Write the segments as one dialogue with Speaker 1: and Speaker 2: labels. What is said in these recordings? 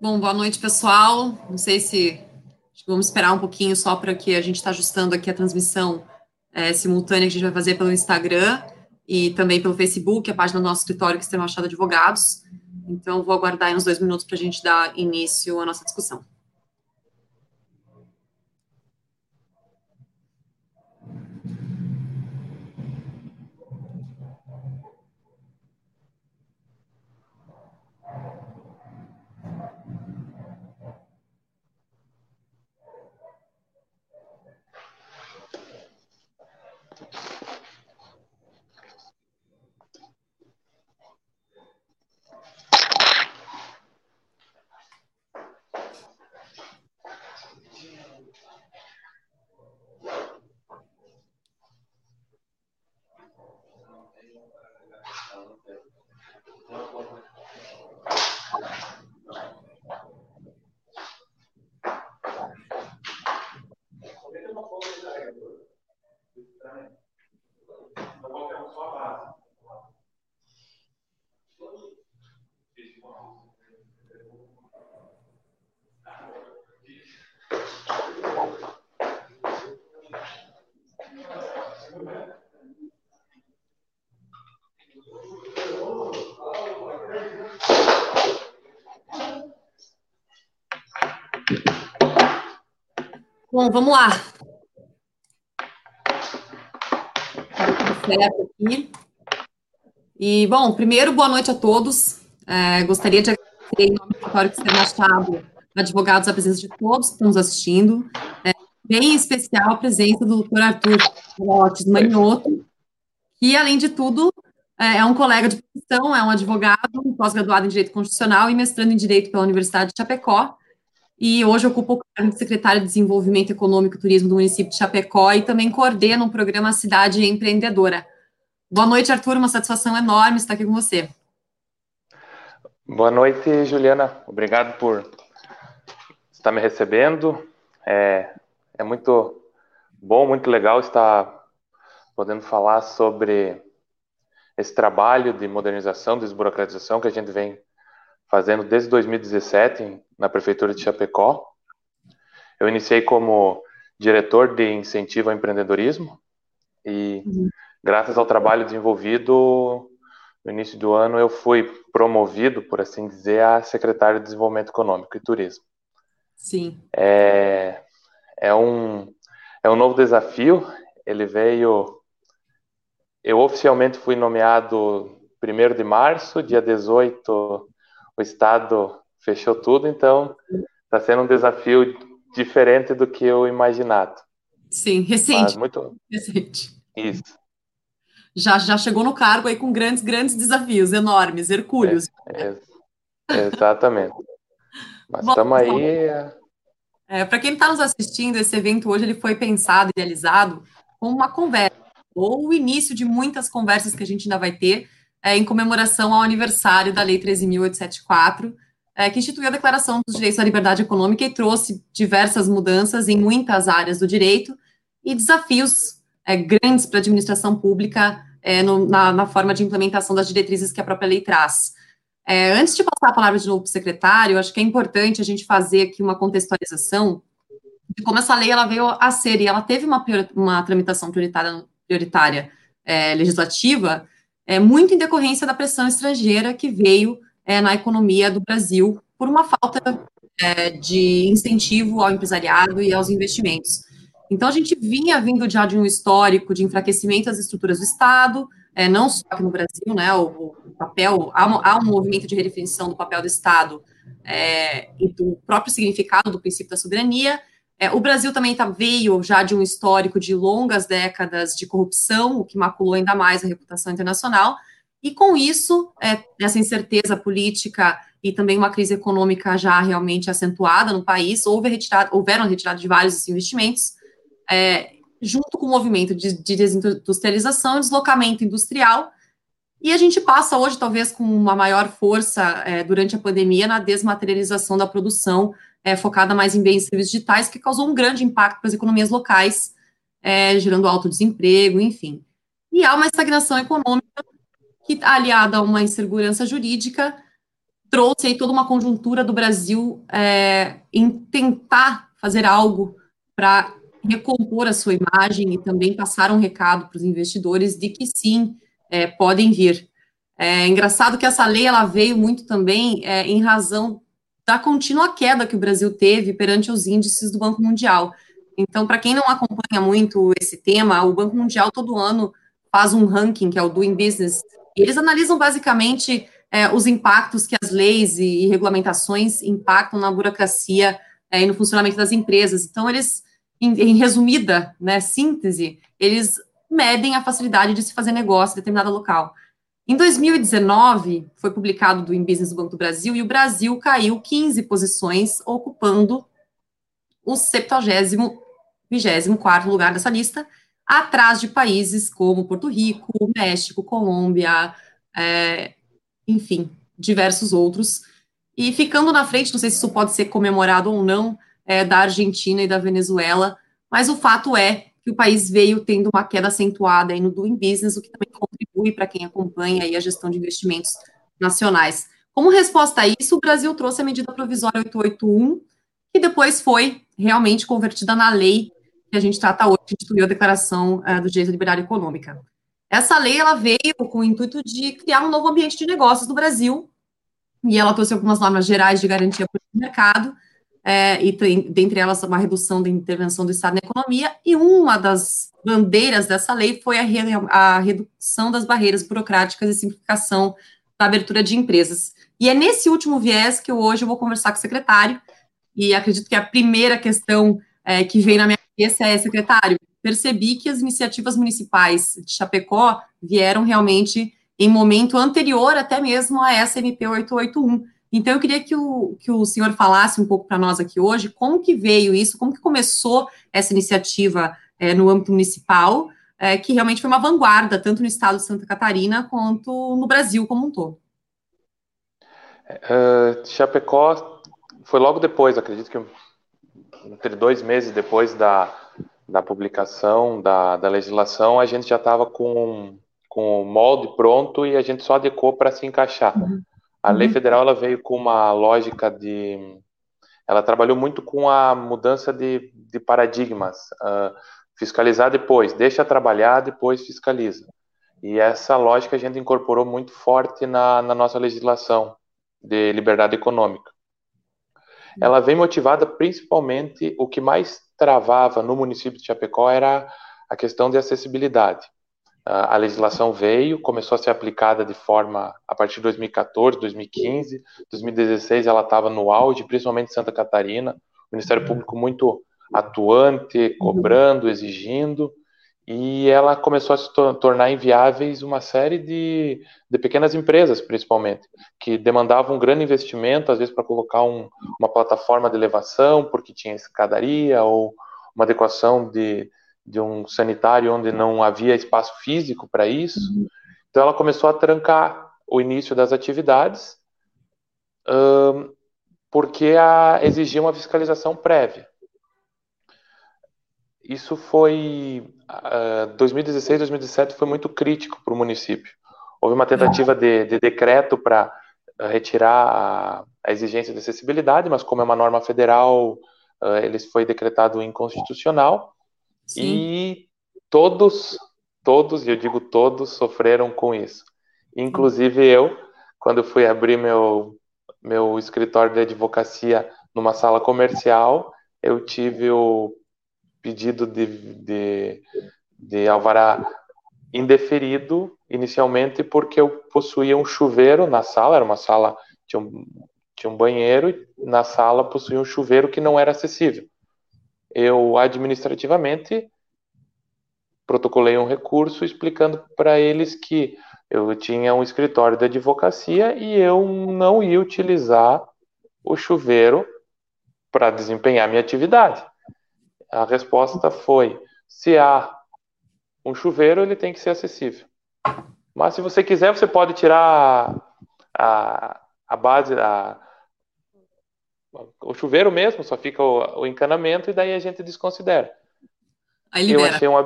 Speaker 1: Bom, boa noite, pessoal. Não sei se vamos esperar um pouquinho só para que a gente está ajustando aqui a transmissão simultânea que a gente vai fazer pelo Instagram e também pelo Facebook, a página do nosso escritório, que é Extrema Machado Advogados. Então, vou aguardar aí uns 2 minutos para a gente dar início à nossa discussão. Bom, vamos lá. Tudo certo aqui. E, bom, primeiro, boa noite a todos. Gostaria de agradecer em nome do escritório Extrema Machado Advogados a presença de todos que estão nos assistindo. Bem em especial a presença do Dr. Arthur Lotes Manioto, que, além de tudo, é um colega de profissão, é um advogado, pós-graduado em Direito Constitucional e mestrando em Direito pela Universidade de Chapecó, e hoje ocupa o cargo de secretário de Desenvolvimento Econômico e Turismo do município de Chapecó e também coordena o programa Cidade Empreendedora. Boa noite, Arthur, uma satisfação enorme estar aqui com você.
Speaker 2: Boa noite, Juliana. Obrigado por estar me recebendo. É muito bom, muito legal estar podendo falar sobre esse trabalho de modernização, desburocratização que a gente vem fazendo desde 2017 na Prefeitura de Chapecó. Eu iniciei como diretor de incentivo ao empreendedorismo e, graças ao trabalho desenvolvido, no início do ano eu fui promovido, por assim dizer, a secretário de Desenvolvimento Econômico e Turismo.
Speaker 1: Sim.
Speaker 2: É um novo desafio. Ele veio... Eu oficialmente fui nomeado 1º de março, dia 18 o Estado fechou tudo, então está sendo um desafio diferente do que eu imaginado.
Speaker 1: Sim, recente.
Speaker 2: Muito...
Speaker 1: Recente.
Speaker 2: Isso.
Speaker 1: Já chegou no cargo aí com grandes desafios, enormes, hercúleos.
Speaker 2: Exatamente. Mas estamos aí...
Speaker 1: Para quem está nos assistindo, esse evento hoje ele foi pensado, idealizado, como uma conversa, ou o início de muitas conversas que a gente ainda vai ter em comemoração ao aniversário da Lei 13.874, que instituiu a Declaração dos Direitos à Liberdade Econômica e trouxe diversas mudanças em muitas áreas do direito e desafios grandes para a administração pública na forma de implementação das diretrizes que a própria lei traz. Antes de passar a palavra de novo para o secretário, acho que é importante a gente fazer aqui uma contextualização de como essa lei ela veio a ser, e ela teve uma tramitação prioritária legislativa, muito em decorrência da pressão estrangeira que veio na economia do Brasil por uma falta de incentivo ao empresariado e aos investimentos. Então, a gente vinha vindo já de um histórico de enfraquecimento das estruturas do Estado, não só aqui no Brasil, né, o papel, há um movimento de redefinição do papel do Estado e do próprio significado do princípio da soberania. O Brasil também veio já de um histórico de longas décadas de corrupção, o que maculou ainda mais a reputação internacional, e com isso, essa incerteza política e também uma crise econômica já realmente acentuada no país, houveram retirada de vários investimentos, junto com o movimento de desindustrialização e deslocamento industrial, e a gente passa hoje, talvez com uma maior força, durante a pandemia, na desmaterialização da produção, focada mais em bens e serviços digitais, que causou um grande impacto para as economias locais, gerando alto desemprego, enfim. E há uma estagnação econômica que, aliada a uma insegurança jurídica, trouxe aí toda uma conjuntura do Brasil em tentar fazer algo para recompor a sua imagem e também passar um recado para os investidores de que sim, podem vir. É engraçado que essa lei ela veio muito também em razão da contínua queda que o Brasil teve perante os índices do Banco Mundial. Então, para quem não acompanha muito esse tema, o Banco Mundial todo ano faz um ranking, que é o Doing Business, e eles analisam basicamente os impactos que as leis e regulamentações impactam na burocracia e no funcionamento das empresas. Então, eles, em resumida, né, síntese, eles medem a facilidade de se fazer negócio em determinado local. Em 2019, foi publicado o Doing Business do Banco do Brasil, e o Brasil caiu 15 posições, ocupando o 70º lugar dessa lista, atrás de países como Porto Rico, México, Colômbia, enfim, diversos outros. E ficando na frente, não sei se isso pode ser comemorado ou não, da Argentina e da Venezuela, mas o fato é que o país veio tendo uma queda acentuada aí no Doing Business, o que também contribui para quem acompanha aí a gestão de investimentos nacionais. Como resposta a isso, o Brasil trouxe a medida provisória 881, que depois foi realmente convertida na lei que a gente trata hoje, que instituiu a Declaração do Direito à Liberdade Econômica. Essa lei ela veio com o intuito de criar um novo ambiente de negócios no Brasil, e ela trouxe algumas normas gerais de garantia para o mercado, e dentre elas uma redução da intervenção do Estado na economia, e uma das bandeiras dessa lei foi a redução das barreiras burocráticas e simplificação da abertura de empresas. E é nesse último viés que hoje eu vou conversar com o secretário, e acredito que a primeira questão que vem na minha cabeça é, secretário, percebi que as iniciativas municipais de Chapecó vieram realmente em momento anterior até mesmo a essa MP 881. Então, eu queria que o senhor falasse um pouco para nós aqui hoje como que veio isso, como que começou essa iniciativa no âmbito municipal, que realmente foi uma vanguarda, tanto no estado de Santa Catarina quanto no Brasil como um todo.
Speaker 2: Chapecó foi logo depois, acredito que entre 2 meses depois da publicação da legislação, a gente já estava com o molde pronto e a gente só adequou para se encaixar. A lei federal ela veio com uma lógica ela trabalhou muito com a mudança de paradigmas. Fiscalizar depois, deixa trabalhar, depois fiscaliza. E essa lógica a gente incorporou muito forte na nossa legislação de liberdade econômica. Ela vem motivada principalmente, o que mais travava no município de Chapecó era a questão de acessibilidade. A legislação veio, começou a ser aplicada de forma a partir de 2014, 2015, 2016 ela estava no auge, principalmente em Santa Catarina, o Ministério Público muito atuante, cobrando, exigindo, e ela começou a se tornar inviáveis uma série de pequenas empresas, principalmente, que demandavam um grande investimento, às vezes para colocar uma plataforma de elevação, porque tinha escadaria, ou uma adequação de um sanitário onde não havia espaço físico para isso. Então ela começou a trancar o início das atividades, porque exigia uma fiscalização prévia. Isso foi 2016, 2017 foi muito crítico para o município. Houve uma tentativa de decreto para retirar a exigência de acessibilidade, mas como é uma norma federal, ele foi decretado inconstitucional. Sim. E todos, e eu digo todos, sofreram com isso. Inclusive eu, quando fui abrir meu escritório de advocacia numa sala comercial, eu tive o pedido de alvará indeferido inicialmente porque eu possuía um chuveiro na sala, era uma sala, tinha um banheiro e na sala possuía um chuveiro que não era acessível. Eu administrativamente protocolei um recurso explicando para eles que eu tinha um escritório de advocacia e eu não ia utilizar o chuveiro para desempenhar minha atividade. A resposta foi: se há um chuveiro, ele tem que ser acessível. Mas se você quiser, você pode tirar a base, o chuveiro mesmo, só fica o encanamento e daí a gente desconsidera. Eu achei um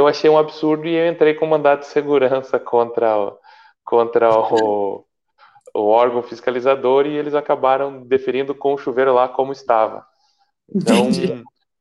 Speaker 2: absurdo e eu entrei com mandato de segurança contra o órgão fiscalizador e eles acabaram deferindo com o chuveiro lá como estava. Então,
Speaker 1: Entendi.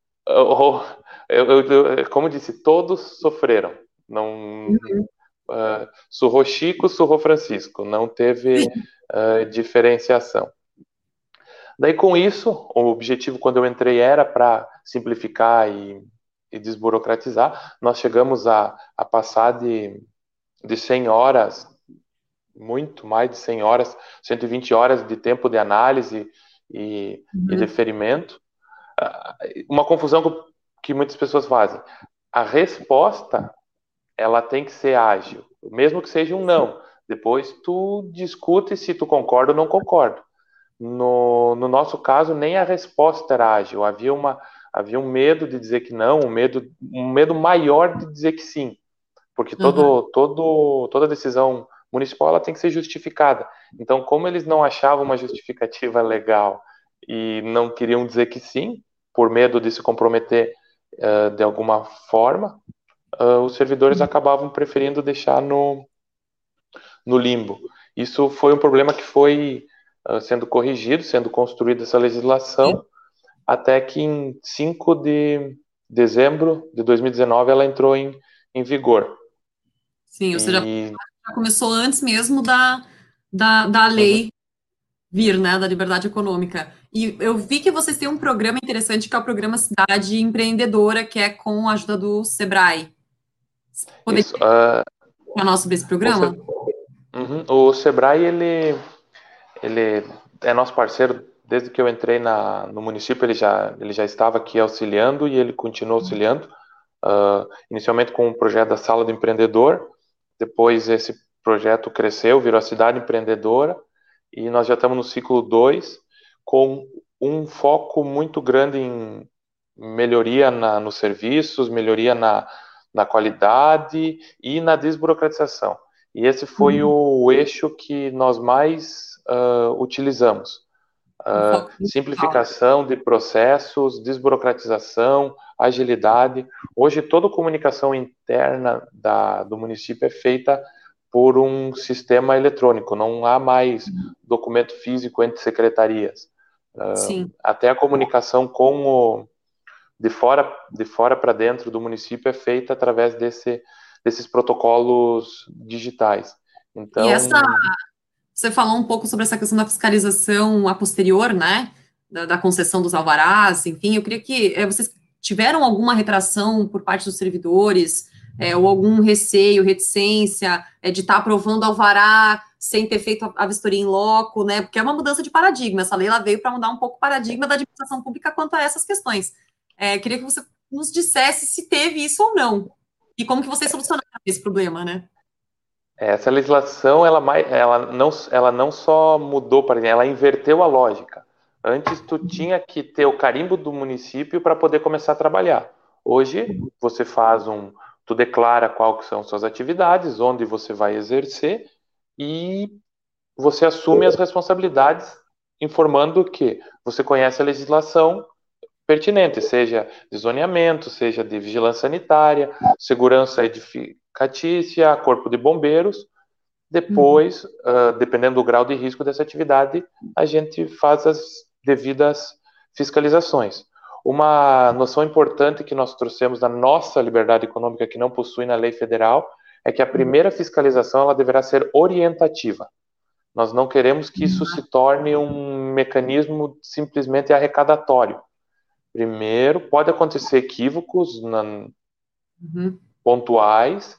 Speaker 2: como eu disse, todos sofreram. Não, surrou Chico, surrou Francisco. Não teve diferenciação. Daí, com isso, o objetivo quando eu entrei era para simplificar e desburocratizar. Nós chegamos a passar de 100 horas, muito mais de 100 horas, 120 horas de tempo de análise e
Speaker 1: Uhum.
Speaker 2: deferimento. Uma confusão que muitas pessoas fazem. A resposta, ela tem que ser ágil, mesmo que seja um não. Depois tu discute se tu concorda ou não concorda. No nosso caso, nem a resposta era ágil. Havia um medo de dizer que não, um medo maior de dizer que sim, porque
Speaker 1: Uhum.
Speaker 2: toda decisão municipal ela tem que ser justificada. Então, como eles não achavam uma justificativa legal e não queriam dizer que sim, por medo de se comprometer de alguma forma, os servidores acabavam preferindo deixar no limbo. Isso foi um problema que foi sendo corrigido, sendo construída essa legislação, até que em 5 de dezembro de 2019 ela entrou em vigor.
Speaker 1: Sim, ou seja,
Speaker 2: E
Speaker 1: já começou antes mesmo da
Speaker 2: uhum,
Speaker 1: lei vir, né, da liberdade econômica. E eu vi que vocês têm um programa interessante, que é o programa Cidade Empreendedora, que é com a ajuda do Sebrae. Poderia
Speaker 2: isso.
Speaker 1: falar sobre esse
Speaker 2: O,
Speaker 1: programa?
Speaker 2: Se- o Sebrae, ele é nosso parceiro desde que eu entrei no município, ele já estava aqui auxiliando e ele continua auxiliando. Inicialmente com o projeto da Sala do Empreendedor, depois esse projeto cresceu, virou a Cidade Empreendedora, e nós já estamos no ciclo 2 com um foco muito grande em melhoria nos serviços, melhoria na qualidade e na desburocratização. E esse foi
Speaker 1: Uhum.
Speaker 2: o eixo que nós mais utilizamos.
Speaker 1: O foco principal.
Speaker 2: Simplificação de processos, desburocratização, agilidade. Hoje, toda a comunicação interna do município é feita por um sistema eletrônico, não há mais documento físico entre secretarias.
Speaker 1: Sim.
Speaker 2: Até a comunicação de fora para dentro do município é feita através desses protocolos digitais.
Speaker 1: E essa,
Speaker 2: Então,
Speaker 1: você falou um pouco sobre essa questão da fiscalização a posterior, né? Da concessão dos alvarás, enfim, eu queria que vocês tiveram alguma retração por parte dos servidores, ou algum receio, reticência, de estar aprovando alvará sem ter feito a vistoria em loco, né? Porque é uma mudança de paradigma. Essa lei ela veio para mudar um pouco o paradigma da administração pública quanto a essas questões. Queria que você nos dissesse se teve isso ou não, e como que vocês solucionaram esse problema, né?
Speaker 2: essa legislação, ela não só mudou, para ela inverteu a lógica. Antes, tu tinha que ter o carimbo do município para poder começar a trabalhar. Hoje, você tu declara quais são suas atividades, onde você vai exercer e você assume as responsabilidades, informando que você conhece a legislação pertinente, seja de zoneamento, seja de vigilância sanitária, segurança edificatícia, corpo de bombeiros.
Speaker 1: Uhum.
Speaker 2: Depois, dependendo do grau de risco dessa atividade, a gente faz as devidas fiscalizações. Uma noção importante que nós trouxemos da nossa liberdade econômica, que não possui na lei federal, é que a primeira fiscalização ela deverá ser orientativa. Nós não queremos que isso se torne um mecanismo simplesmente arrecadatório. Primeiro, pode acontecer equívocos
Speaker 1: Uhum.
Speaker 2: pontuais,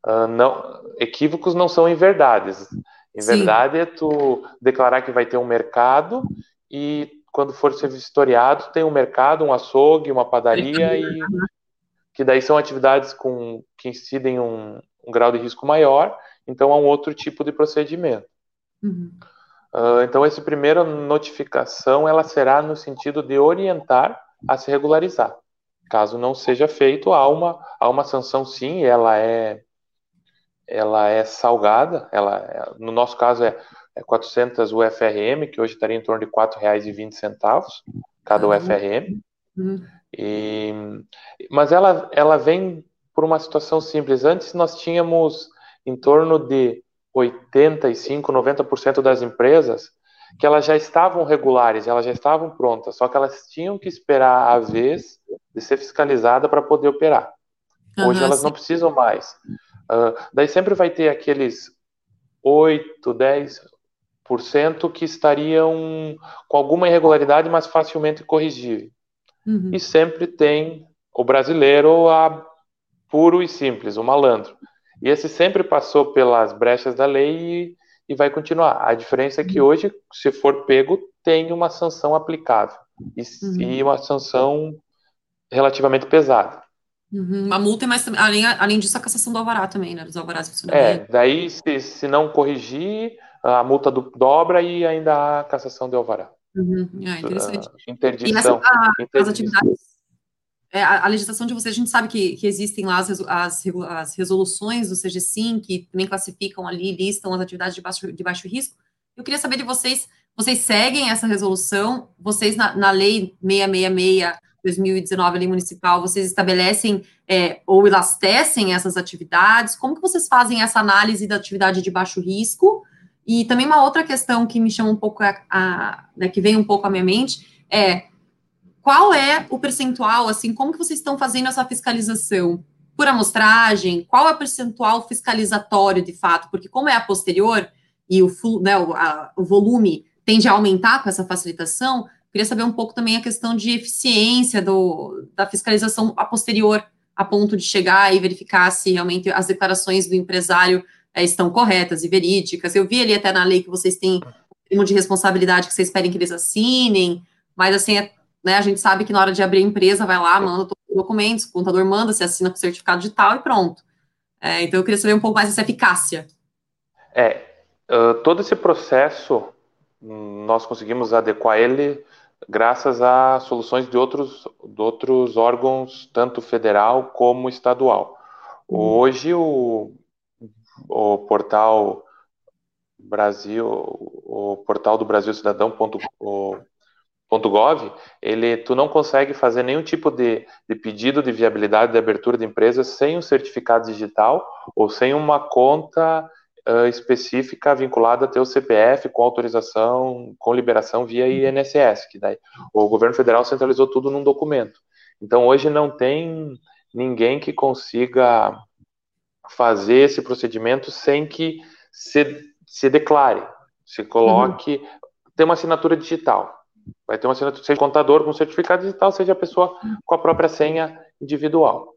Speaker 2: equívocos não são inverdades. Em
Speaker 1: Sim.
Speaker 2: verdade é tu declarar que vai ter um mercado e quando for ser vistoriado tem um mercado, um açougue, uma padaria e que daí são atividades que incidem um grau de risco maior, então é um outro tipo de procedimento.
Speaker 1: Uhum.
Speaker 2: Então essa primeira notificação ela será no sentido de orientar a se regularizar. Caso não seja feito, há uma sanção sim, ela é salgada, no nosso caso é 400 UFRM, que hoje estaria em torno de R$ 4,20 cada
Speaker 1: Caramba.
Speaker 2: UFRM,
Speaker 1: Uhum.
Speaker 2: e, mas ela vem por uma situação simples. Antes nós tínhamos em torno de 85, 90% das empresas que elas já estavam regulares, elas já estavam prontas, só que elas tinham que esperar a vez de ser fiscalizada para poder operar. Hoje
Speaker 1: Aham,
Speaker 2: elas
Speaker 1: sim.
Speaker 2: não precisam mais. Daí sempre vai ter aqueles 8, 10% que estariam com alguma irregularidade, mas facilmente corrigível. E
Speaker 1: Uhum.
Speaker 2: sempre tem o brasileiro puro e simples, o malandro. E esse sempre passou pelas brechas da lei e vai continuar. A diferença é que hoje, se for pego, tem uma sanção aplicável e
Speaker 1: Uhum.
Speaker 2: uma sanção relativamente pesada.
Speaker 1: Uhum. Uma multa, mas além disso, a cassação do alvará também, né? Dos alvarás de funcionamento.
Speaker 2: Daí se não corrigir, a multa dobra e ainda há cassação de alvará.
Speaker 1: Uhum. Ah, interessante. E
Speaker 2: Interdição.
Speaker 1: as
Speaker 2: Interdição.
Speaker 1: atividades, a legislação de vocês, a gente sabe que existem lá as resoluções do CGSIM, que também classificam ali, listam as atividades de baixo risco. Eu queria saber de vocês, vocês seguem essa resolução? Vocês, na lei 666/2019, lei municipal, vocês estabelecem ou elastecem essas atividades? Como que vocês fazem essa análise da atividade de baixo risco? E também uma outra questão que me chama um pouco, né, que vem um pouco à minha mente, qual é o percentual, assim, como que vocês estão fazendo essa fiscalização? Por amostragem? Qual é o percentual fiscalizatório, de fato? Porque como é a posterior e né, o volume tende a aumentar com essa facilitação, queria saber um pouco também a questão de eficiência da fiscalização a posterior, a ponto de chegar e verificar se realmente as declarações do empresário estão corretas e verídicas. Eu vi ali até na lei que vocês têm um termo de responsabilidade que vocês pedem que eles assinem, mas assim, né, a gente sabe que na hora de abrir a empresa, vai lá, manda todos os documentos, o contador manda, se assina com certificado digital e pronto. Então, eu queria saber um pouco mais dessa eficácia.
Speaker 2: Todo esse processo, nós conseguimos adequar ele graças a soluções de outros órgãos, tanto federal como estadual.
Speaker 1: Uhum,
Speaker 2: Hoje, o portal o portal do Brasil Cidadão.gov, tu não consegue fazer nenhum tipo de pedido de viabilidade de abertura de empresa sem um certificado digital ou sem uma conta específica vinculada a teu CPF com autorização, com liberação via INSS, que daí o governo federal centralizou tudo num documento. Então hoje não tem ninguém que consiga fazer esse procedimento sem que se declare, se
Speaker 1: uhum,
Speaker 2: coloque, tem uma assinatura digital. Vai ter uma assinatura, seja o contador com certificado digital, seja a pessoa com a própria senha individual.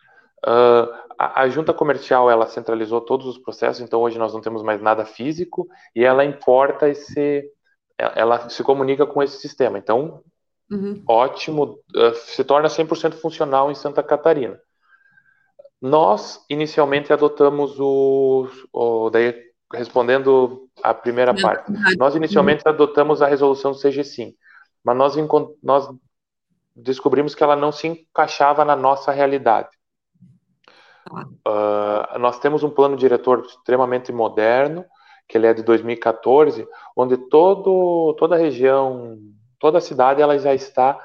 Speaker 2: A junta comercial, ela centralizou todos os processos, então hoje nós não temos mais nada físico e ela importa ela se comunica com esse sistema. Então,
Speaker 1: uhum,
Speaker 2: ótimo, se torna 100% funcional em Santa Catarina. Nós, inicialmente, adotamos daí, respondendo a primeira parte, nós
Speaker 1: uhum,
Speaker 2: inicialmente adotamos a resolução CG-SIM, mas nós descobrimos que ela não se encaixava na nossa realidade.
Speaker 1: tá,
Speaker 2: Nós temos um plano diretor extremamente moderno, que ele é de 2014, onde toda a região, toda a cidade, ela já está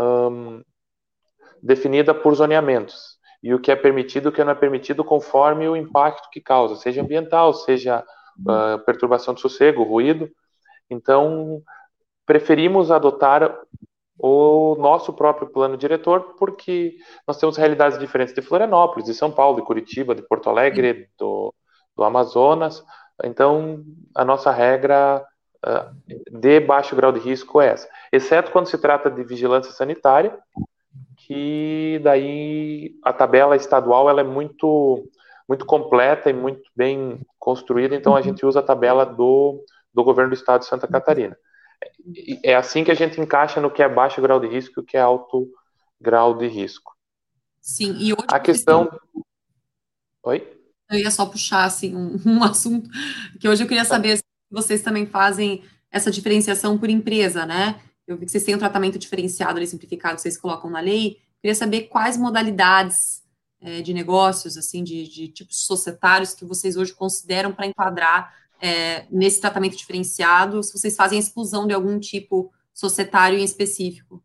Speaker 2: definida por zoneamentos. E o que é permitido e o que não é permitido conforme o impacto que causa, seja ambiental, seja perturbação de sossego, ruído. Então, preferimos adotar o nosso próprio plano diretor, porque nós temos realidades diferentes de Florianópolis, de São Paulo, de Curitiba, de Porto
Speaker 1: sim,
Speaker 2: Alegre, do Amazonas. Então, a nossa regra de baixo grau de risco é essa, exceto quando se trata de vigilância sanitária, que daí a tabela estadual ela é muito completa e muito bem construída, então a gente usa a tabela do governo do estado de Santa Catarina. É assim que a gente encaixa no que é baixo grau de risco e o que é alto grau de risco.
Speaker 1: sim. E hoje
Speaker 2: A
Speaker 1: vocês têm,
Speaker 2: questão. Oi?
Speaker 1: eu ia só puxar, assim, um assunto, que hoje eu queria saber se vocês também fazem essa diferenciação por empresa, né? Eu vi que vocês têm um tratamento diferenciado ali, simplificado, que vocês colocam na lei. Queria saber quais modalidades de negócios, assim, de tipos societários que vocês hoje consideram para enquadrar nesse tratamento diferenciado, se vocês fazem exclusão de algum tipo societário em específico.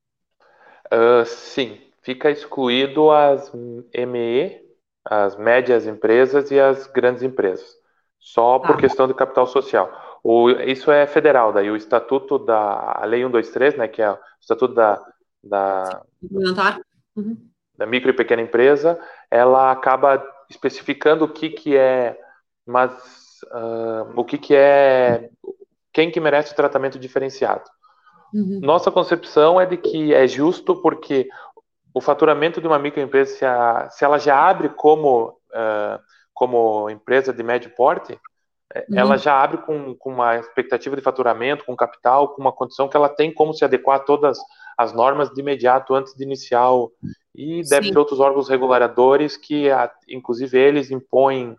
Speaker 2: Sim, fica excluído as ME, as médias empresas e as grandes empresas. só por
Speaker 1: Tá.
Speaker 2: questão de capital social. Isso é federal, daí o estatuto a Lei 123, né, que é o estatuto da,
Speaker 1: Complementar? Uhum.
Speaker 2: da micro e pequena empresa, ela acaba especificando mas o que é, quem que merece o tratamento diferenciado.
Speaker 1: Uhum.
Speaker 2: Nossa concepção é de que é justo porque o faturamento de uma microempresa, se ela já abre como empresa de médio porte, ela
Speaker 1: Uhum.
Speaker 2: já abre com uma expectativa de faturamento, com capital, com uma condição que ela tem como se adequar a todas as normas de imediato antes de iniciar. E deve
Speaker 1: Sim,
Speaker 2: ter outros órgãos reguladores que, inclusive, eles impõem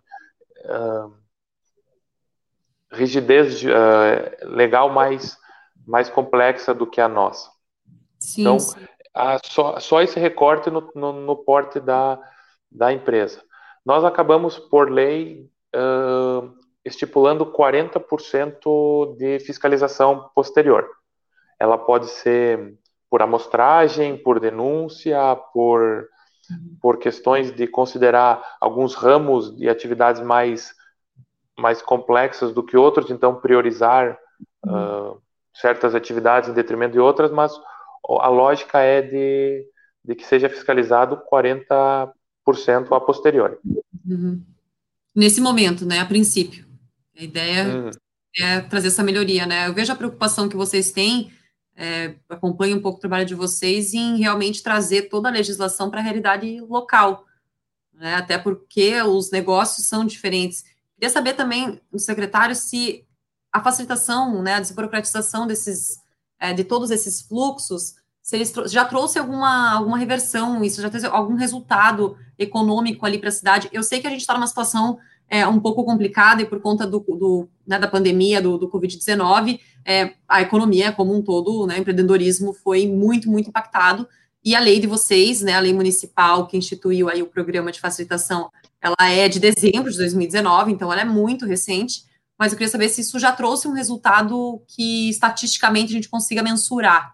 Speaker 2: rigidez legal mais complexa do que a nossa.
Speaker 1: sim,
Speaker 2: Então,
Speaker 1: sim.
Speaker 2: só esse recorte no porte da empresa. Nós acabamos, por lei, estipulando 40% de fiscalização posterior. Ela pode ser por amostragem, por denúncia, por questões de considerar alguns ramos de atividades mais complexas do que outros, então priorizar certas atividades em detrimento de outras, mas a lógica é de que seja fiscalizado 40% a posteriori.
Speaker 1: Uhum. Nesse momento, né, a princípio. A ideia
Speaker 2: Hum.
Speaker 1: é trazer essa melhoria, né? Eu vejo a preocupação que vocês têm, acompanho um pouco o trabalho de vocês em realmente trazer toda a legislação para a realidade local, né? Até porque os negócios são diferentes. Queria saber também, o secretário, se a facilitação, né, a desburocratização de todos esses fluxos, se eles já trouxe alguma reversão, isso já teve algum resultado econômico ali para a cidade. Eu sei que a gente está numa situação um pouco complicada e por conta né, da pandemia, do Covid-19, a economia como um todo, né, o empreendedorismo foi muito, muito impactado. E a lei de vocês, né, a lei municipal que instituiu aí o programa de facilitação, ela é de dezembro de 2019, então ela é muito recente, mas eu queria saber se isso já trouxe um resultado que estatisticamente a gente consiga mensurar.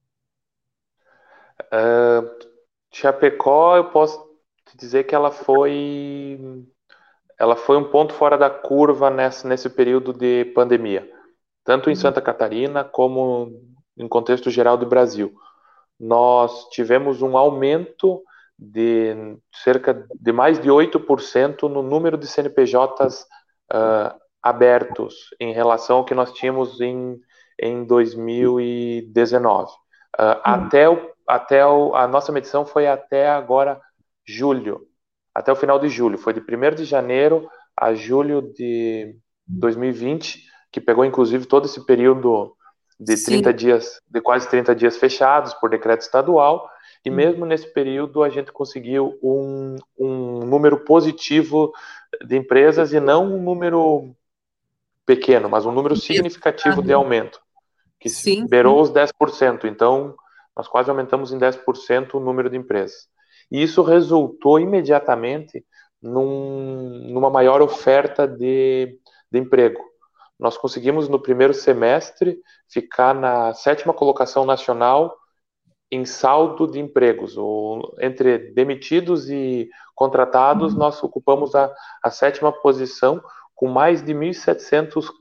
Speaker 2: Chapecó, eu posso te dizer que ela foi um ponto fora da curva nesse período de pandemia, tanto em
Speaker 1: Uhum.
Speaker 2: Santa Catarina como em contexto geral do Brasil. Nós tivemos um aumento de cerca de mais de 8% no número de CNPJs abertos em relação ao que nós tínhamos em 2019.
Speaker 1: Uhum.
Speaker 2: A nossa medição foi até agora julho, até o final de julho. Foi de 1º de janeiro a julho de 2020, que pegou inclusive todo esse período de
Speaker 1: Sim.
Speaker 2: 30 dias, de quase 30 dias fechados por decreto estadual, e mesmo nesse período a gente conseguiu um número positivo de empresas e não um número pequeno, mas um número significativo de aumento, que
Speaker 1: Sim, sim.
Speaker 2: beirou os 10%. Então, nós quase aumentamos em 10% o número de empresas. E isso resultou imediatamente numa maior oferta de emprego. Nós conseguimos, no primeiro semestre, ficar na 7ª colocação nacional em saldo de empregos. Entre demitidos e contratados, nós ocupamos a 7ª posição, com mais de 1.700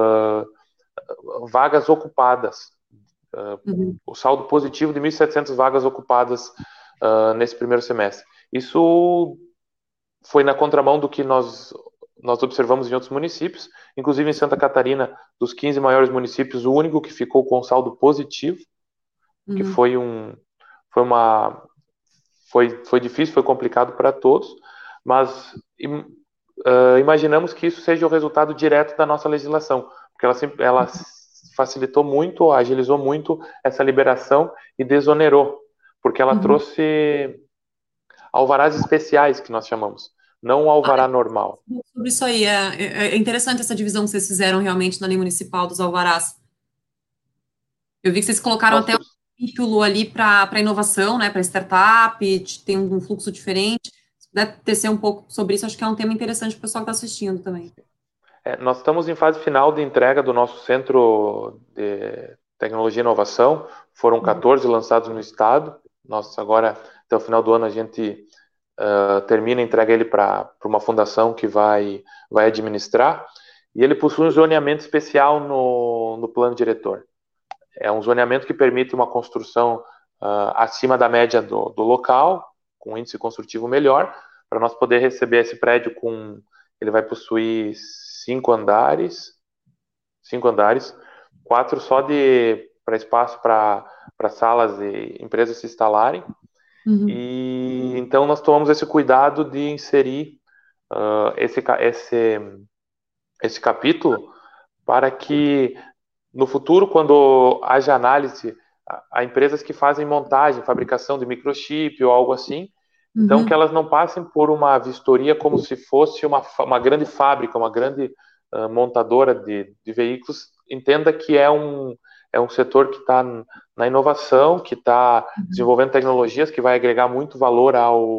Speaker 2: vagas ocupadas.
Speaker 1: Uhum.
Speaker 2: O saldo positivo de 1.700 vagas ocupadas nesse primeiro semestre. Isso foi na contramão do que nós observamos em outros municípios, inclusive em Santa Catarina, dos 15 maiores municípios, o único que ficou com saldo positivo, que
Speaker 1: Uhum.
Speaker 2: foi uma foi difícil, foi complicado para todos, mas imaginamos que isso seja o resultado direto da nossa legislação, porque ela facilitou muito, agilizou muito essa liberação e desonerou, porque ela
Speaker 1: Uhum.
Speaker 2: trouxe alvarás especiais, que nós chamamos, não um
Speaker 1: Ah,
Speaker 2: alvará normal.
Speaker 1: sobre isso aí, é interessante essa divisão que vocês fizeram realmente na lei municipal dos alvarás. Eu vi que vocês colocaram
Speaker 2: Nós,
Speaker 1: até um capítulo ali para inovação, né, para startup, tem um fluxo diferente. Se puder tecer um pouco sobre isso, acho que é um tema interessante para o pessoal que está assistindo também.
Speaker 2: nós estamos em fase final de entrega do nosso centro de tecnologia e inovação. Foram 14 lançados no estado. Nós agora, até o final do ano, a gente termina, entrega ele para uma fundação que vai administrar, e ele possui um zoneamento especial no plano diretor. É um zoneamento que permite uma construção acima da média do local, com um índice construtivo melhor, para nós poder receber esse prédio ele vai possuir 5 andares, 4 só para espaço para salas e empresas se instalarem.
Speaker 1: Uhum.
Speaker 2: E então nós tomamos esse cuidado de inserir esse capítulo para que no futuro, quando haja análise a empresas que fazem montagem, fabricação de microchip ou algo assim, então que elas não passem por uma vistoria como se fosse uma grande fábrica, uma grande montadora de veículos, entenda que é um setor que está na inovação, que está desenvolvendo tecnologias que vai agregar muito valor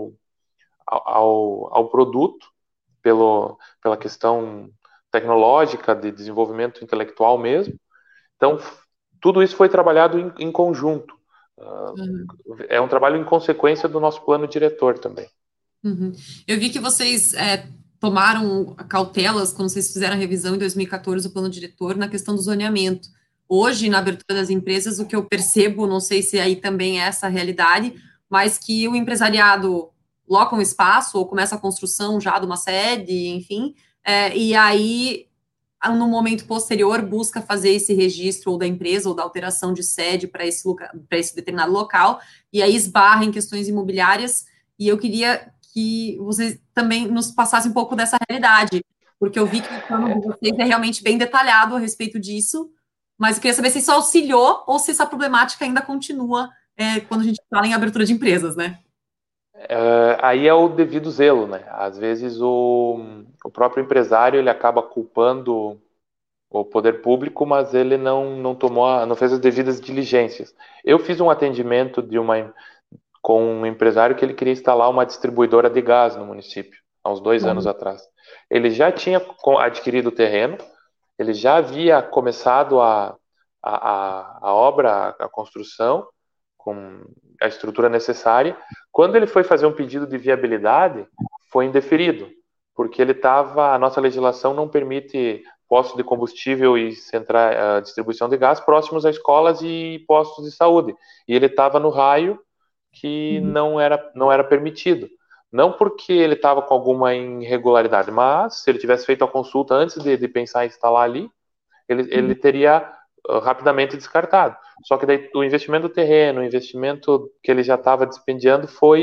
Speaker 2: ao produto, pela questão tecnológica, de desenvolvimento intelectual mesmo. Então, tudo isso foi trabalhado em conjunto. É um trabalho em consequência do nosso plano diretor também.
Speaker 1: Uhum. Eu vi que vocês tomaram cautelas quando vocês fizeram a revisão em 2014 do plano diretor na questão do zoneamento. Hoje, na abertura das empresas, o que eu percebo, não sei se aí também é essa a realidade, mas que o empresariado loca um espaço ou começa a construção já de uma sede, enfim, e aí, no momento posterior, busca fazer esse registro ou da empresa ou da alteração de sede para esse lugar, para esse determinado local, e aí esbarra em questões imobiliárias. E eu queria que vocês também nos passassem um pouco dessa realidade, porque eu vi que o plano de vocês é realmente bem detalhado a respeito disso, mas eu queria saber se isso auxiliou ou se essa problemática ainda continua quando a gente fala em abertura de empresas, né?
Speaker 2: Aí é o devido zelo, né? Às vezes o próprio empresário ele acaba culpando o poder público, mas ele não fez as devidas diligências. Eu fiz um atendimento com um empresário que ele queria instalar uma distribuidora de gás no município, há uns 2 anos atrás. Ele já tinha adquirido o terreno, ele já havia começado a obra, a construção, com a estrutura necessária. Quando ele foi fazer um pedido de viabilidade, foi indeferido, porque a nossa legislação não permite postos de combustível e distribuição de gás próximos a escolas e postos de saúde. E ele estava no raio que não era permitido. Não porque ele estava com alguma irregularidade, mas se ele tivesse feito a consulta antes de pensar em instalar ali, ele teria rapidamente descartado. Só que daí o investimento do terreno, o investimento que ele já estava dispendiando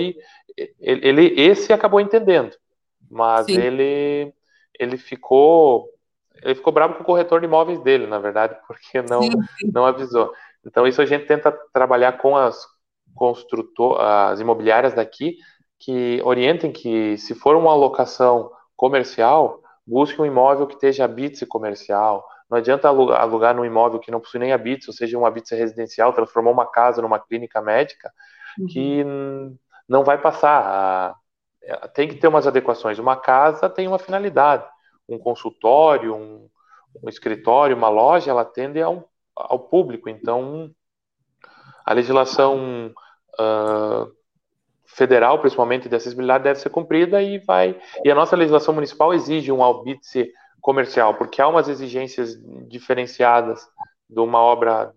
Speaker 2: esse acabou entendendo, mas
Speaker 1: Sim.
Speaker 2: ele ficou bravo com o corretor de imóveis dele, na verdade, porque
Speaker 1: Sim.
Speaker 2: não avisou. Então isso a gente tenta trabalhar com as imobiliárias daqui, que orientem que se for uma locação comercial, busque um imóvel que esteja habite comercial. Não adianta alugar num imóvel que não possui nem habite, ou seja, um habite residencial, transformar uma casa numa clínica médica, que não vai passar. Tem que ter umas adequações. Uma casa tem uma finalidade. Um consultório, um escritório, uma loja, ela atende ao público. Então, a legislação federal, principalmente de acessibilidade, deve ser cumprida e a nossa legislação municipal exige um albite comercial, porque há umas exigências diferenciadas de uma obra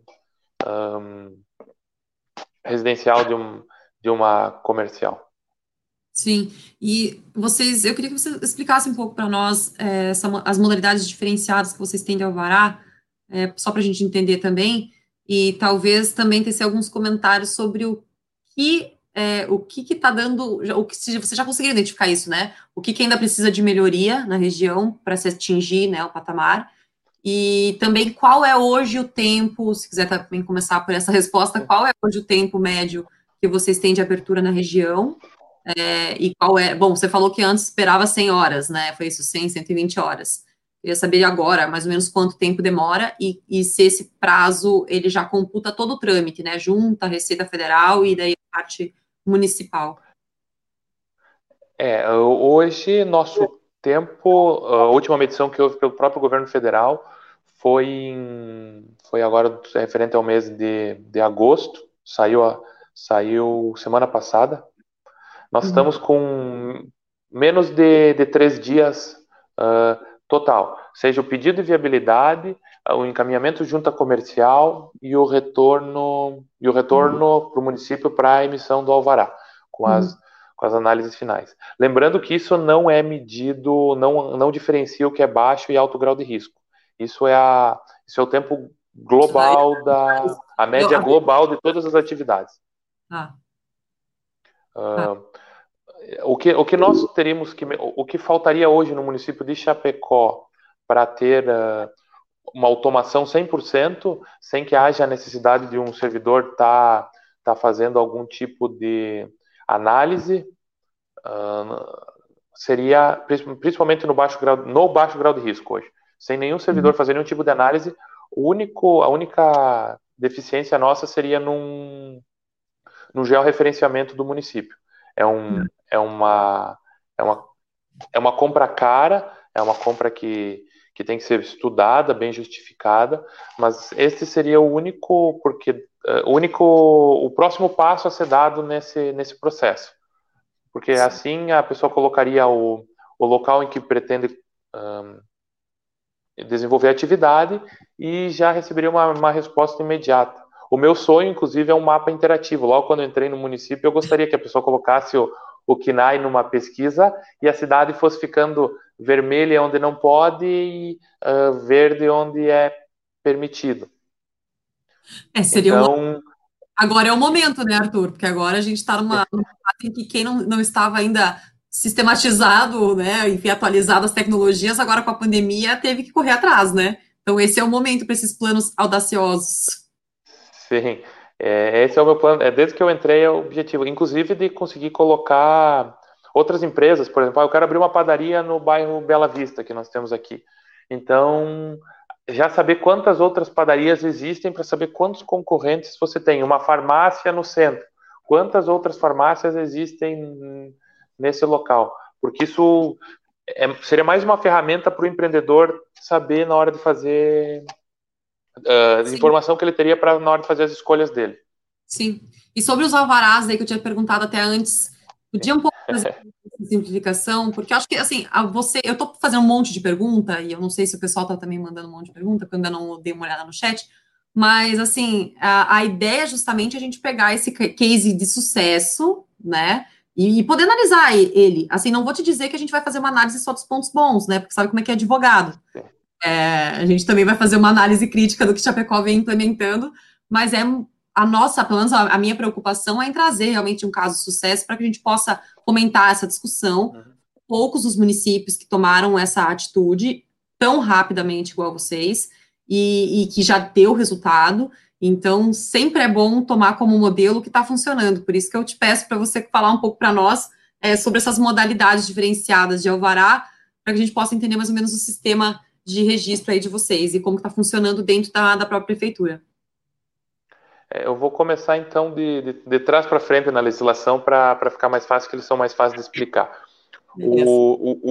Speaker 2: residencial de uma comercial.
Speaker 1: Sim, e eu queria que você explicasse um pouco para nós as modalidades diferenciadas que vocês têm de alvará, só para a gente entender também, e talvez também tecer alguns comentários sobre o que está dando, se você já conseguiu identificar isso, né? O que ainda precisa de melhoria na região para se atingir, né, o patamar, e também qual é hoje o tempo, se quiser também começar por essa resposta, qual é hoje o tempo médio que vocês têm de abertura na região? E qual é? Bom, você falou que antes esperava 100 horas, né? Foi isso, 100, 120 horas. Queria saber agora, mais ou menos, quanto tempo demora e se esse prazo ele já computa todo o trâmite, né? Junta, Receita Federal e daí a parte municipal.
Speaker 2: Hoje, nosso tempo, a última medição que houve pelo próprio governo federal foi agora referente ao mês de agosto, saiu semana passada. Nós
Speaker 1: Uhum.
Speaker 2: estamos com menos de 3 dias total, seja o pedido de viabilidade, o encaminhamento junta comercial e o retorno para o município para a emissão do alvará, com as,
Speaker 1: Uhum.
Speaker 2: com as análises finais. Lembrando que isso não é medido, não diferencia o que é baixo e alto grau de risco. Isso é o tempo
Speaker 1: Isso daí.
Speaker 2: global a
Speaker 1: Eu,
Speaker 2: média global de todas as atividades.
Speaker 1: ah, ah,
Speaker 2: Uh, o que nós teríamos o que faltaria hoje no município de Chapecó para ter uma automação 100%, sem que haja a necessidade de um servidor tá fazendo algum tipo de análise, seria principalmente no baixo grau de risco hoje. Sem nenhum servidor
Speaker 1: uhum.
Speaker 2: fazer nenhum tipo de análise, a única deficiência nossa seria no georreferenciamento do município. É, um, é, uma, é, uma, é uma compra cara, é uma compra que tem que ser estudada, bem justificada, mas esse seria o único, o próximo passo a ser dado nesse processo. Porque assim a pessoa colocaria o local em que pretende um, desenvolver a atividade e já receberia uma resposta imediata. O meu sonho, inclusive, é um mapa interativo. Logo quando eu entrei no município, eu gostaria que a pessoa colocasse o KNAI numa pesquisa e a cidade fosse ficando vermelha onde não pode e verde onde é permitido.
Speaker 1: Seria uma.
Speaker 2: Então,
Speaker 1: Agora é o momento, né, Arthur? Porque agora a gente está numa fase em que quem não estava ainda sistematizado, né, enfim, atualizado as tecnologias, agora com a pandemia teve que correr atrás, né? Então esse é o momento para esses planos audaciosos.
Speaker 2: sim, esse é o meu plano. Desde que eu entrei, é o objetivo, inclusive de conseguir colocar outras empresas. Por exemplo, eu quero abrir uma padaria no bairro Bela Vista, que nós temos aqui. Então, já saber quantas outras padarias existem para saber quantos concorrentes você tem. Uma farmácia no centro. Quantas outras farmácias existem nesse local? Porque isso seria mais uma ferramenta para o empreendedor saber na hora de fazer de
Speaker 1: Sim,
Speaker 2: informação que ele teria para na hora de fazer as escolhas dele.
Speaker 1: sim. E sobre os alvarás aí que eu tinha perguntado até antes, podia um pouco fazer essa simplificação, porque eu acho que assim, eu tô fazendo um monte de pergunta, e eu não sei se o pessoal tá também mandando um monte de pergunta, porque eu ainda não dei uma olhada no chat, mas assim, a ideia é justamente a gente pegar esse case de sucesso, né? E poder analisar ele. Assim, não vou te dizer que a gente vai fazer uma análise só dos pontos bons, né? Porque sabe como é que é advogado. A gente também vai fazer uma análise crítica do que Chapecó vem implementando, mas a nossa, pelo menos a minha preocupação é em trazer realmente um caso de sucesso para que a gente possa fomentar essa discussão.
Speaker 2: Uhum.
Speaker 1: Poucos os municípios que tomaram essa atitude tão rapidamente igual vocês e que já deu resultado. Então, sempre é bom tomar como modelo o que está funcionando. Por isso que eu te peço para você falar um pouco para nós sobre essas modalidades diferenciadas de alvará, para que a gente possa entender mais ou menos o sistema de registro aí de vocês e como está funcionando dentro da própria prefeitura.
Speaker 2: Eu vou começar então de trás para frente na legislação para ficar mais fácil, que eles são mais fáceis de explicar.
Speaker 1: Beleza.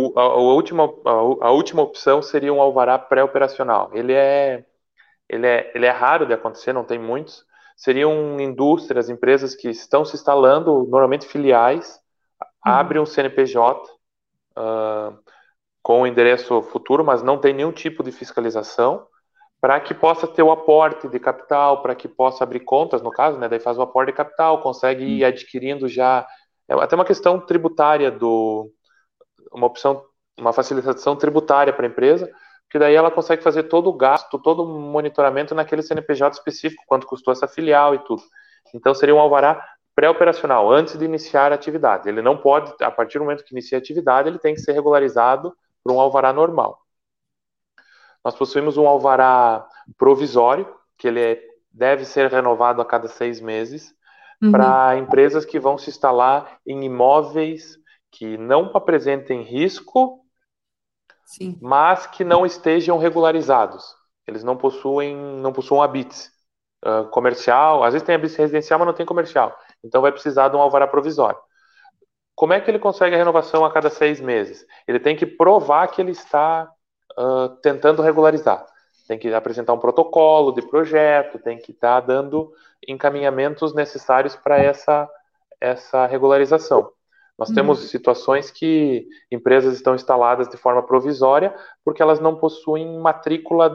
Speaker 2: A última opção seria um alvará pré-operacional. Ele é raro de acontecer, não tem muitos. Seriam indústrias, empresas que estão se instalando, normalmente filiais,
Speaker 1: Uhum.
Speaker 2: abrem um CNPJ com o endereço futuro, mas não tem nenhum tipo de fiscalização, para que possa ter o aporte de capital, para que possa abrir contas, no caso, né? Daí faz o aporte de capital, consegue ir adquirindo já. É até uma questão tributária uma opção, uma facilitação tributária para a empresa, que daí ela consegue fazer todo o gasto, todo o monitoramento naquele CNPJ específico, quanto custou essa filial e tudo. Então seria um alvará pré-operacional, antes de iniciar a atividade. Ele não pode, a partir do momento que inicia a atividade, ele tem que ser regularizado por um alvará normal. Nós possuímos um alvará provisório, que deve ser renovado a cada 6 meses,
Speaker 1: Uhum.
Speaker 2: para empresas que vão se instalar em imóveis que não apresentem risco,
Speaker 1: Sim.
Speaker 2: mas que não estejam regularizados. Eles não possuam habites comercial, às vezes tem habite residencial, mas não tem comercial. Então vai precisar de um alvará provisório. Como é que ele consegue a renovação a cada 6 meses? Ele tem que provar que ele está tentando regularizar. Tem que apresentar um protocolo de projeto, tem que estar dando encaminhamentos necessários para essa regularização. Nós temos
Speaker 1: Uhum.
Speaker 2: situações que empresas estão instaladas de forma provisória porque elas não possuem matrícula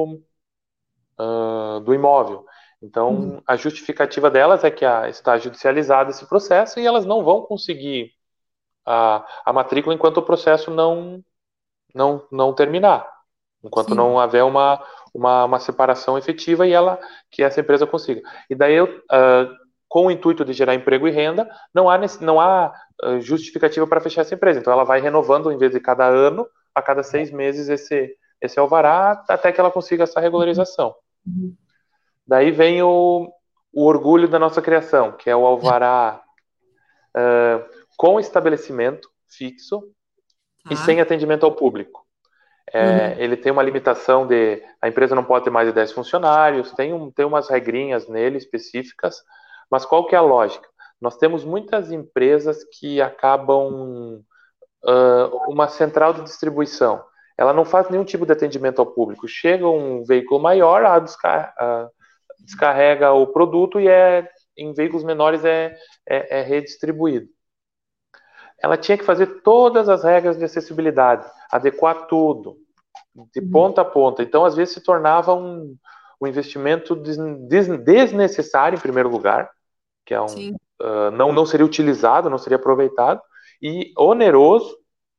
Speaker 2: do imóvel.
Speaker 1: Uhum.
Speaker 2: Então, a justificativa delas é que está judicializado esse processo e elas não vão conseguir a matrícula enquanto o processo não terminar, enquanto
Speaker 1: Sim.
Speaker 2: não houver uma separação efetiva e que essa empresa consiga. E daí, com o intuito de gerar emprego e renda, não há justificativa para fechar essa empresa. Então, ela vai renovando, em vez de cada ano, a cada 6 meses, esse alvará, até que ela consiga essa regularização.
Speaker 1: Uhum.
Speaker 2: Daí vem o orgulho da nossa criação, que é o alvará com estabelecimento fixo e
Speaker 1: Tá.
Speaker 2: sem atendimento ao público.
Speaker 1: Uhum.
Speaker 2: Ele tem uma limitação de a empresa não pode ter mais de 10 funcionários, tem umas regrinhas nele específicas, mas qual que é a lógica? Nós temos muitas empresas que acabam uma central de distribuição. Ela não faz nenhum tipo de atendimento ao público. Chega um veículo maior, descarrega o produto e em veículos menores é redistribuído. Ela tinha que fazer todas as regras de acessibilidade, adequar tudo, de
Speaker 1: Uhum.
Speaker 2: ponta a ponta. Então, às vezes, se tornava um investimento desnecessário, em primeiro lugar, que
Speaker 1: Sim.
Speaker 2: não seria utilizado, não seria aproveitado, e oneroso,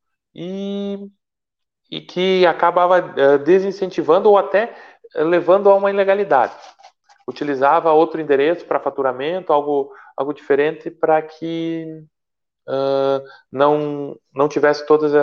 Speaker 2: e que acabava desincentivando ou até levando a uma ilegalidade. Utilizava outro endereço para faturamento, algo diferente, para que não tivesse todas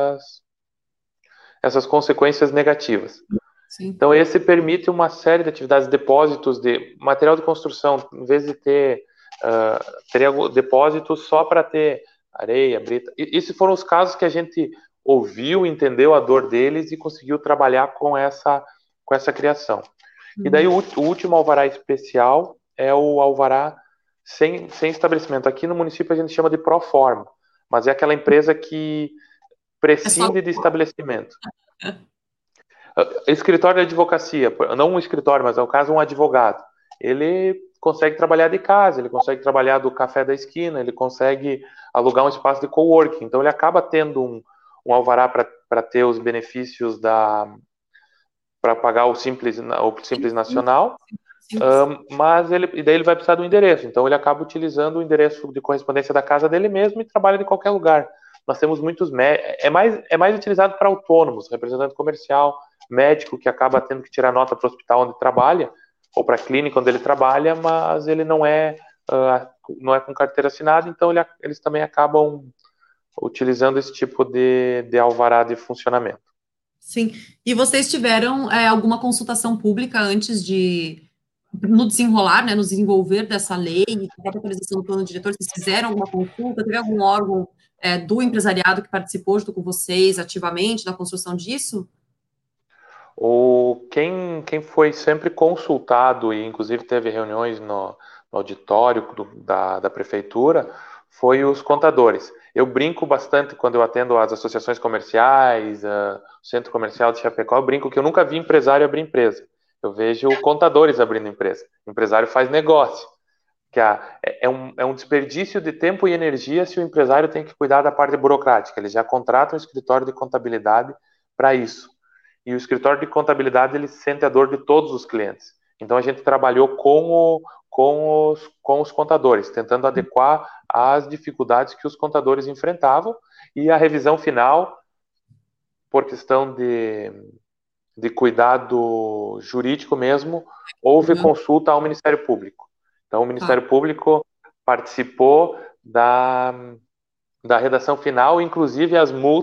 Speaker 2: essas consequências negativas.
Speaker 1: Sim.
Speaker 2: Então, esse permite uma série de atividades, depósitos de material de construção, em vez de teria depósitos só para ter areia, brita. E esses foram os casos que a gente ouviu, entendeu a dor deles e conseguiu trabalhar com essa criação. E daí
Speaker 1: Uhum.
Speaker 2: o último alvará especial é o alvará sem estabelecimento. Aqui no município a gente chama de proforma, mas é aquela empresa que
Speaker 1: É só.
Speaker 2: prescinde de estabelecimento. Escritório de advocacia, não um escritório, mas é o caso um advogado. Ele consegue trabalhar de casa, ele consegue trabalhar do café da esquina, ele consegue alugar um espaço de coworking. Então ele acaba tendo um alvará para ter os benefícios para pagar o Simples Nacional,
Speaker 1: Simples.
Speaker 2: mas e daí ele vai precisar do endereço. Então ele acaba utilizando o endereço de correspondência da casa dele mesmo e trabalha de qualquer lugar. Nós temos muitos é mais utilizado para autônomos, representante comercial, médico que acaba tendo que tirar nota para o hospital onde trabalha ou para a clínica onde ele trabalha, mas ele não é com carteira assinada, então eles também acabam utilizando esse tipo de alvará de funcionamento.
Speaker 1: Sim. E vocês tiveram alguma consultação pública antes no desenrolar, né, no desenvolver dessa lei e a própria atualização do plano diretor? Vocês fizeram alguma consulta? Teve algum órgão do empresariado que participou junto com vocês ativamente na construção disso?
Speaker 2: Quem foi sempre consultado e inclusive teve reuniões no auditório da prefeitura foi os contadores. Eu brinco bastante quando eu atendo as associações comerciais, o centro comercial de Chapecó, eu brinco que eu nunca vi empresário abrir empresa. Eu vejo contadores abrindo empresa. O empresário faz negócio. É um desperdício de tempo e energia se o empresário tem que cuidar da parte burocrática. Ele já contrata um escritório de contabilidade para isso. E o escritório de contabilidade ele sente a dor de todos os clientes. Então a gente trabalhou com os contadores, tentando adequar às dificuldades que os contadores enfrentavam e a revisão final, por questão de cuidado jurídico mesmo, houve
Speaker 1: Uhum.
Speaker 2: consulta ao Ministério Público. Então o
Speaker 1: Tá.
Speaker 2: Ministério Público participou da redação final, inclusive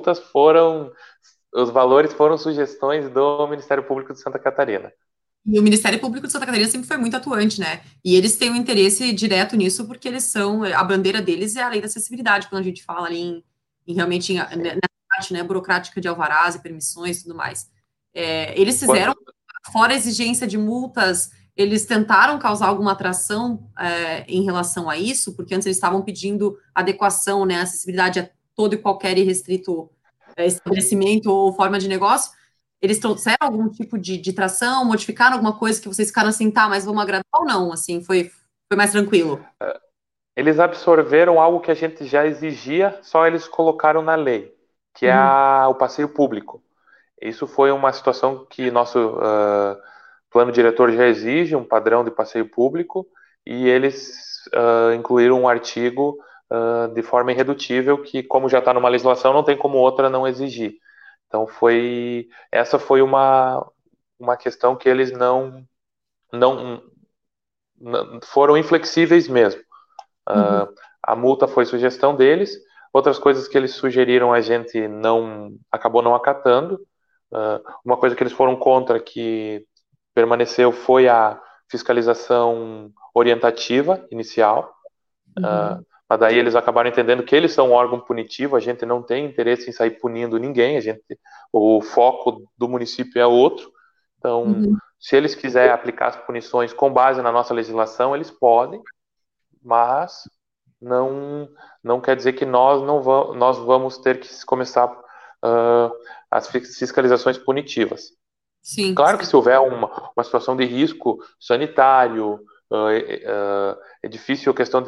Speaker 2: os valores foram sugestões do Ministério Público de Santa Catarina.
Speaker 1: E o Ministério Público de Santa Catarina sempre foi muito atuante, né? E eles têm um interesse direto nisso, porque a bandeira deles é a lei da acessibilidade, quando a gente fala ali realmente
Speaker 2: Sim.
Speaker 1: nessa parte, né, burocrática de alvarás e permissões e tudo mais. Eles fizeram,
Speaker 2: Quando,
Speaker 1: fora a exigência de multas, eles tentaram causar alguma atração em relação a isso, porque antes eles estavam pedindo adequação, né, acessibilidade a todo e qualquer irrestrito estabelecimento ou forma de negócio. Eles trouxeram algum tipo de tração, modificaram alguma coisa que vocês ficaram assim, tá, mas vamos agradar ou não? Assim, foi mais tranquilo.
Speaker 2: Eles absorveram algo que a gente já exigia, só eles colocaram na lei, que é
Speaker 1: Uhum,
Speaker 2: o passeio público. Isso foi uma situação que nosso plano diretor já exige, um padrão de passeio público, e eles incluíram um artigo de forma irredutível que, como já está numa legislação, não tem como outra não exigir. Então essa foi uma questão que eles não, não foram inflexíveis mesmo.
Speaker 1: uhum,
Speaker 2: Uh, a multa foi sugestão deles. Outras coisas que eles sugeriram a gente não acabou não acatando. Uma coisa que eles foram contra que permaneceu foi a fiscalização orientativa inicial.
Speaker 1: uhum,
Speaker 2: Mas daí eles acabaram entendendo que eles são um órgão punitivo. A gente não tem interesse em sair punindo ninguém. O foco do município é outro. Então,
Speaker 1: uhum.
Speaker 2: se eles quiserem aplicar as punições com base na nossa legislação, eles podem, mas não não quer dizer que nós vamos ter que começar as fiscalizações punitivas.
Speaker 1: Sim,
Speaker 2: Claro que
Speaker 1: sim.
Speaker 2: se houver uma situação de risco sanitário, é difícil a questão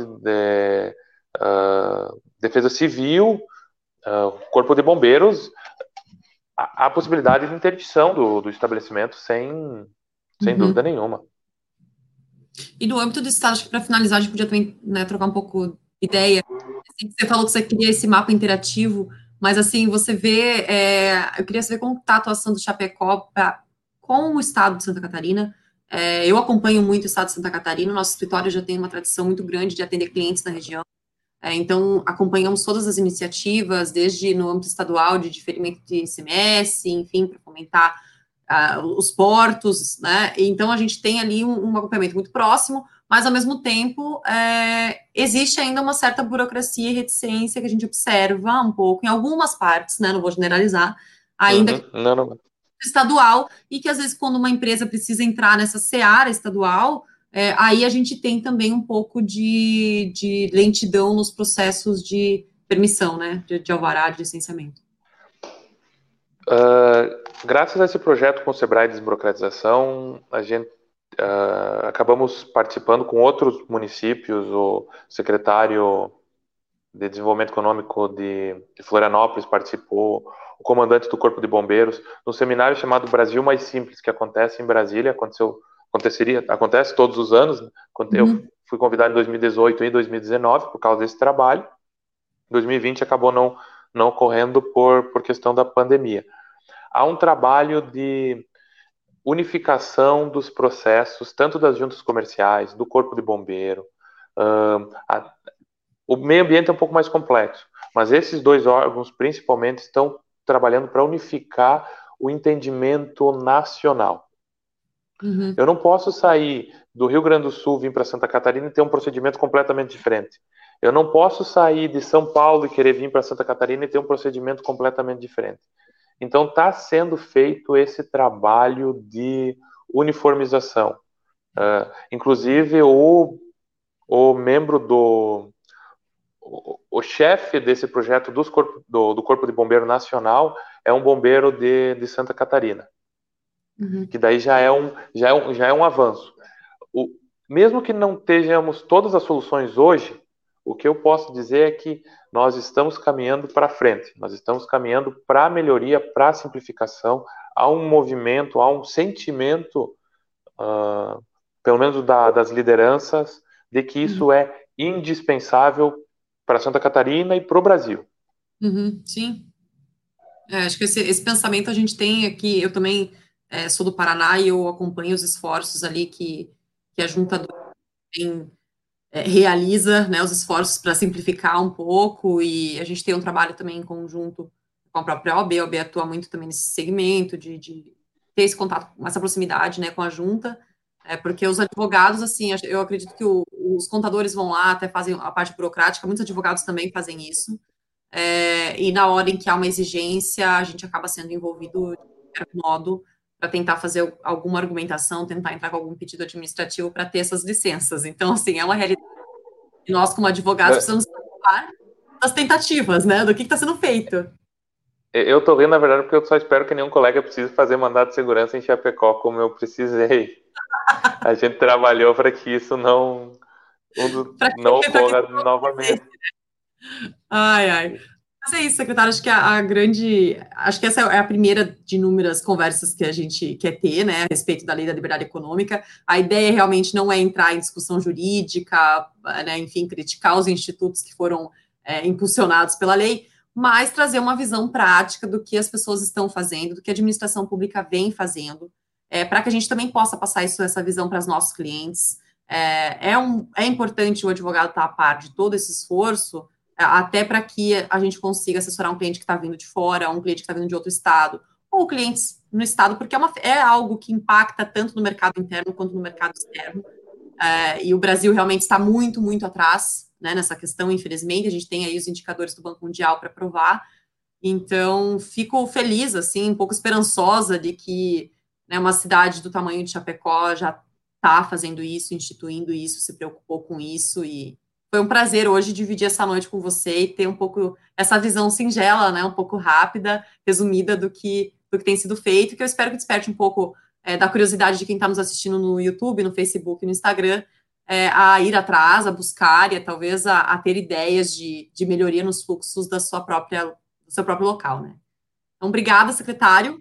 Speaker 2: de defesa civil, corpo de bombeiros, há possibilidade de interdição do estabelecimento sem dúvida
Speaker 1: Uhum.
Speaker 2: nenhuma.
Speaker 1: E no âmbito do Estado, acho que para finalizar, a gente podia também, né, trocar um pouco de ideia. Assim, você falou que você queria esse mapa interativo, mas assim, você vê, eu queria saber como está a atuação do Chapecó com o Estado de Santa Catarina. Eu acompanho muito o Estado de Santa Catarina, nosso escritório já tem uma tradição muito grande de atender clientes na região. Então, acompanhamos todas as iniciativas, desde no âmbito estadual, de diferimento de ICMS, enfim, para fomentar os portos, né? Então, a gente tem ali um acompanhamento muito próximo, mas, ao mesmo tempo, existe ainda uma certa burocracia e reticência que a gente observa um pouco em algumas partes, né? Não vou generalizar, ainda que
Speaker 2: Uhum, não, não.
Speaker 1: estadual, e que às vezes quando uma empresa precisa entrar nessa seara estadual, aí a gente tem também um pouco de lentidão nos processos de permissão, né, de alvará, de licenciamento.
Speaker 2: Graças a esse projeto com o Sebrae de Desburocratização, a gente acabamos participando com outros municípios. O secretário de Desenvolvimento Econômico de Florianópolis participou, o comandante do Corpo de Bombeiros, no seminário chamado Brasil Mais Simples, que acontece em Brasília, acontece todos os anos, né? Eu
Speaker 1: Uhum,
Speaker 2: fui convidado em 2018 e 2019 por causa desse trabalho. 2020 acabou não ocorrendo por questão da pandemia. Há um trabalho de unificação dos processos, tanto das juntas comerciais, do corpo de bombeiro. O meio ambiente é um pouco mais complexo, mas esses dois órgãos, principalmente, estão trabalhando para unificar o entendimento nacional.
Speaker 1: uhum,
Speaker 2: Eu não posso sair do Rio Grande do Sul, vir para Santa Catarina e ter um procedimento completamente diferente. Eu não posso sair de São Paulo e querer vir para Santa Catarina e ter um procedimento completamente diferente. Então, está sendo feito esse trabalho de uniformização. Inclusive, o membro o chefe desse projeto do Corpo de Bombeiro Nacional é um bombeiro de Santa Catarina,
Speaker 1: uhum,
Speaker 2: que daí já é um avanço. O, Mesmo que não tenhamos todas as soluções hoje, o que eu posso dizer é que nós estamos caminhando para frente, nós estamos caminhando para a melhoria, para a simplificação, há um movimento, há um sentimento, pelo menos das lideranças, de que
Speaker 1: uhum,
Speaker 2: isso é indispensável para Santa Catarina e para o Brasil.
Speaker 1: uhum, sim. Acho que esse pensamento a gente tem aqui, eu também sou do Paraná e eu acompanho os esforços ali que a Junta tem realiza, né, os esforços para simplificar um pouco, e a gente tem um trabalho também em conjunto com a própria OAB. A OAB atua muito também nesse segmento de ter esse contato, essa proximidade, né, com a junta, porque os advogados, assim, eu acredito que os contadores vão lá, até fazem a parte burocrática, muitos advogados também fazem isso, e na hora em que há uma exigência, a gente acaba sendo envolvido de qualquer modo para tentar fazer alguma argumentação, tentar entrar com algum pedido administrativo para ter essas licenças. Então, assim, é uma realidade. E nós, como advogados,
Speaker 2: É,
Speaker 1: precisamos participar das tentativas, né, do que está sendo feito.
Speaker 2: eu tô rindo, na verdade, porque eu só espero que nenhum colega precise fazer mandado de segurança em Chapecó como eu precisei. A gente trabalhou para que isso Não ocorra novamente.
Speaker 1: Ai, ai. Mas é isso, secretário, acho que acho que essa é a primeira de inúmeras conversas que a gente quer ter, né, a respeito da lei da liberdade econômica. A ideia realmente não é entrar em discussão jurídica, né, enfim, criticar os institutos que foram impulsionados pela lei, mas trazer uma visão prática do que as pessoas estão fazendo, do que a administração pública vem fazendo, para que a gente também possa passar essa visão para os nossos clientes. É importante o advogado estar a par de todo esse esforço, até para que a gente consiga assessorar um cliente que está vindo de fora, um cliente que está vindo de outro estado, ou clientes no estado, porque é algo que impacta tanto no mercado interno quanto no mercado externo, e o Brasil realmente está muito, muito atrás, né, nessa questão, infelizmente, a gente tem aí os indicadores do Banco Mundial para provar, então fico feliz, assim, um pouco esperançosa de que, né, uma cidade do tamanho de Chapecó já está fazendo isso, instituindo isso, se preocupou com isso, e foi um prazer hoje dividir essa noite com você e ter um pouco essa visão singela, né, um pouco rápida, resumida do que tem sido feito, que eu espero que desperte um pouco da curiosidade de quem está nos assistindo no YouTube, no Facebook, no Instagram, a ir atrás, a buscar e talvez a ter ideias de melhoria nos fluxos do seu próprio local, né? Então, obrigada, secretário.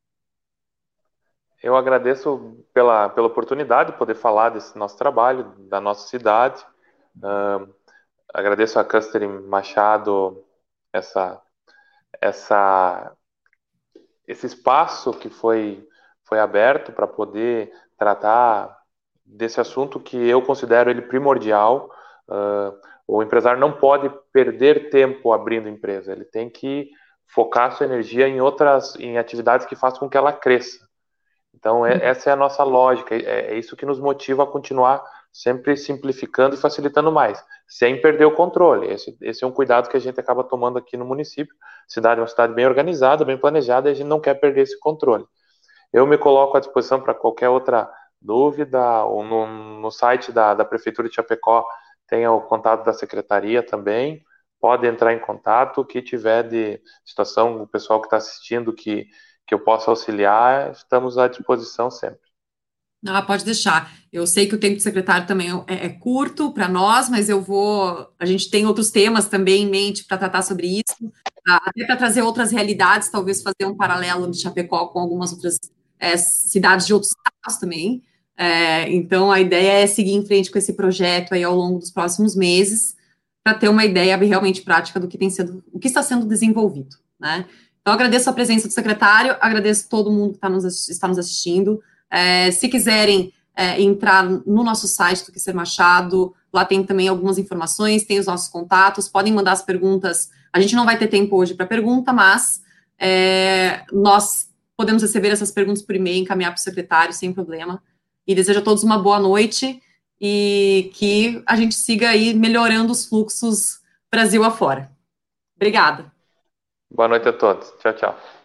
Speaker 2: Eu agradeço pela oportunidade de poder falar desse nosso trabalho, da nossa cidade. Agradeço a Catherine Machado essa, essa, esse espaço que foi aberto para poder tratar desse assunto que eu considero ele primordial. O empresário não pode perder tempo abrindo empresa, ele tem que focar sua energia em atividades que façam com que ela cresça. Então, essa é a nossa lógica, é isso que nos motiva a continuar sempre simplificando e facilitando mais, sem perder o controle. Esse é um cuidado que a gente acaba tomando aqui no município. A cidade é uma cidade bem organizada, bem planejada, e a gente não quer perder esse controle. Eu me coloco à disposição para qualquer outra dúvida, ou no site da Prefeitura de Chapecó tem o contato da Secretaria também, pode entrar em contato, o que tiver de situação, o pessoal que está assistindo que eu possa auxiliar, estamos à disposição sempre.
Speaker 1: Pode deixar. Eu sei que o tempo do secretário também é curto para nós, mas a gente tem outros temas também em mente para tratar sobre isso, até para trazer outras realidades, talvez fazer um paralelo de Chapecó com algumas outras cidades de outros estados também. Então, a ideia é seguir em frente com esse projeto aí ao longo dos próximos meses, para ter uma ideia realmente prática do que o que está sendo desenvolvido, né? Então, agradeço a presença do secretário, agradeço todo mundo que está nos assistindo. Se quiserem entrar no nosso site do Que Ser Machado, lá tem também algumas informações, tem os nossos contatos, podem mandar as perguntas. A gente não vai ter tempo hoje para pergunta, mas nós podemos receber essas perguntas por e-mail, encaminhar para o secretário sem problema. E desejo a todos uma boa noite e que a gente siga aí melhorando os fluxos Brasil afora. Obrigada.
Speaker 2: Boa noite a todos. Tchau, tchau.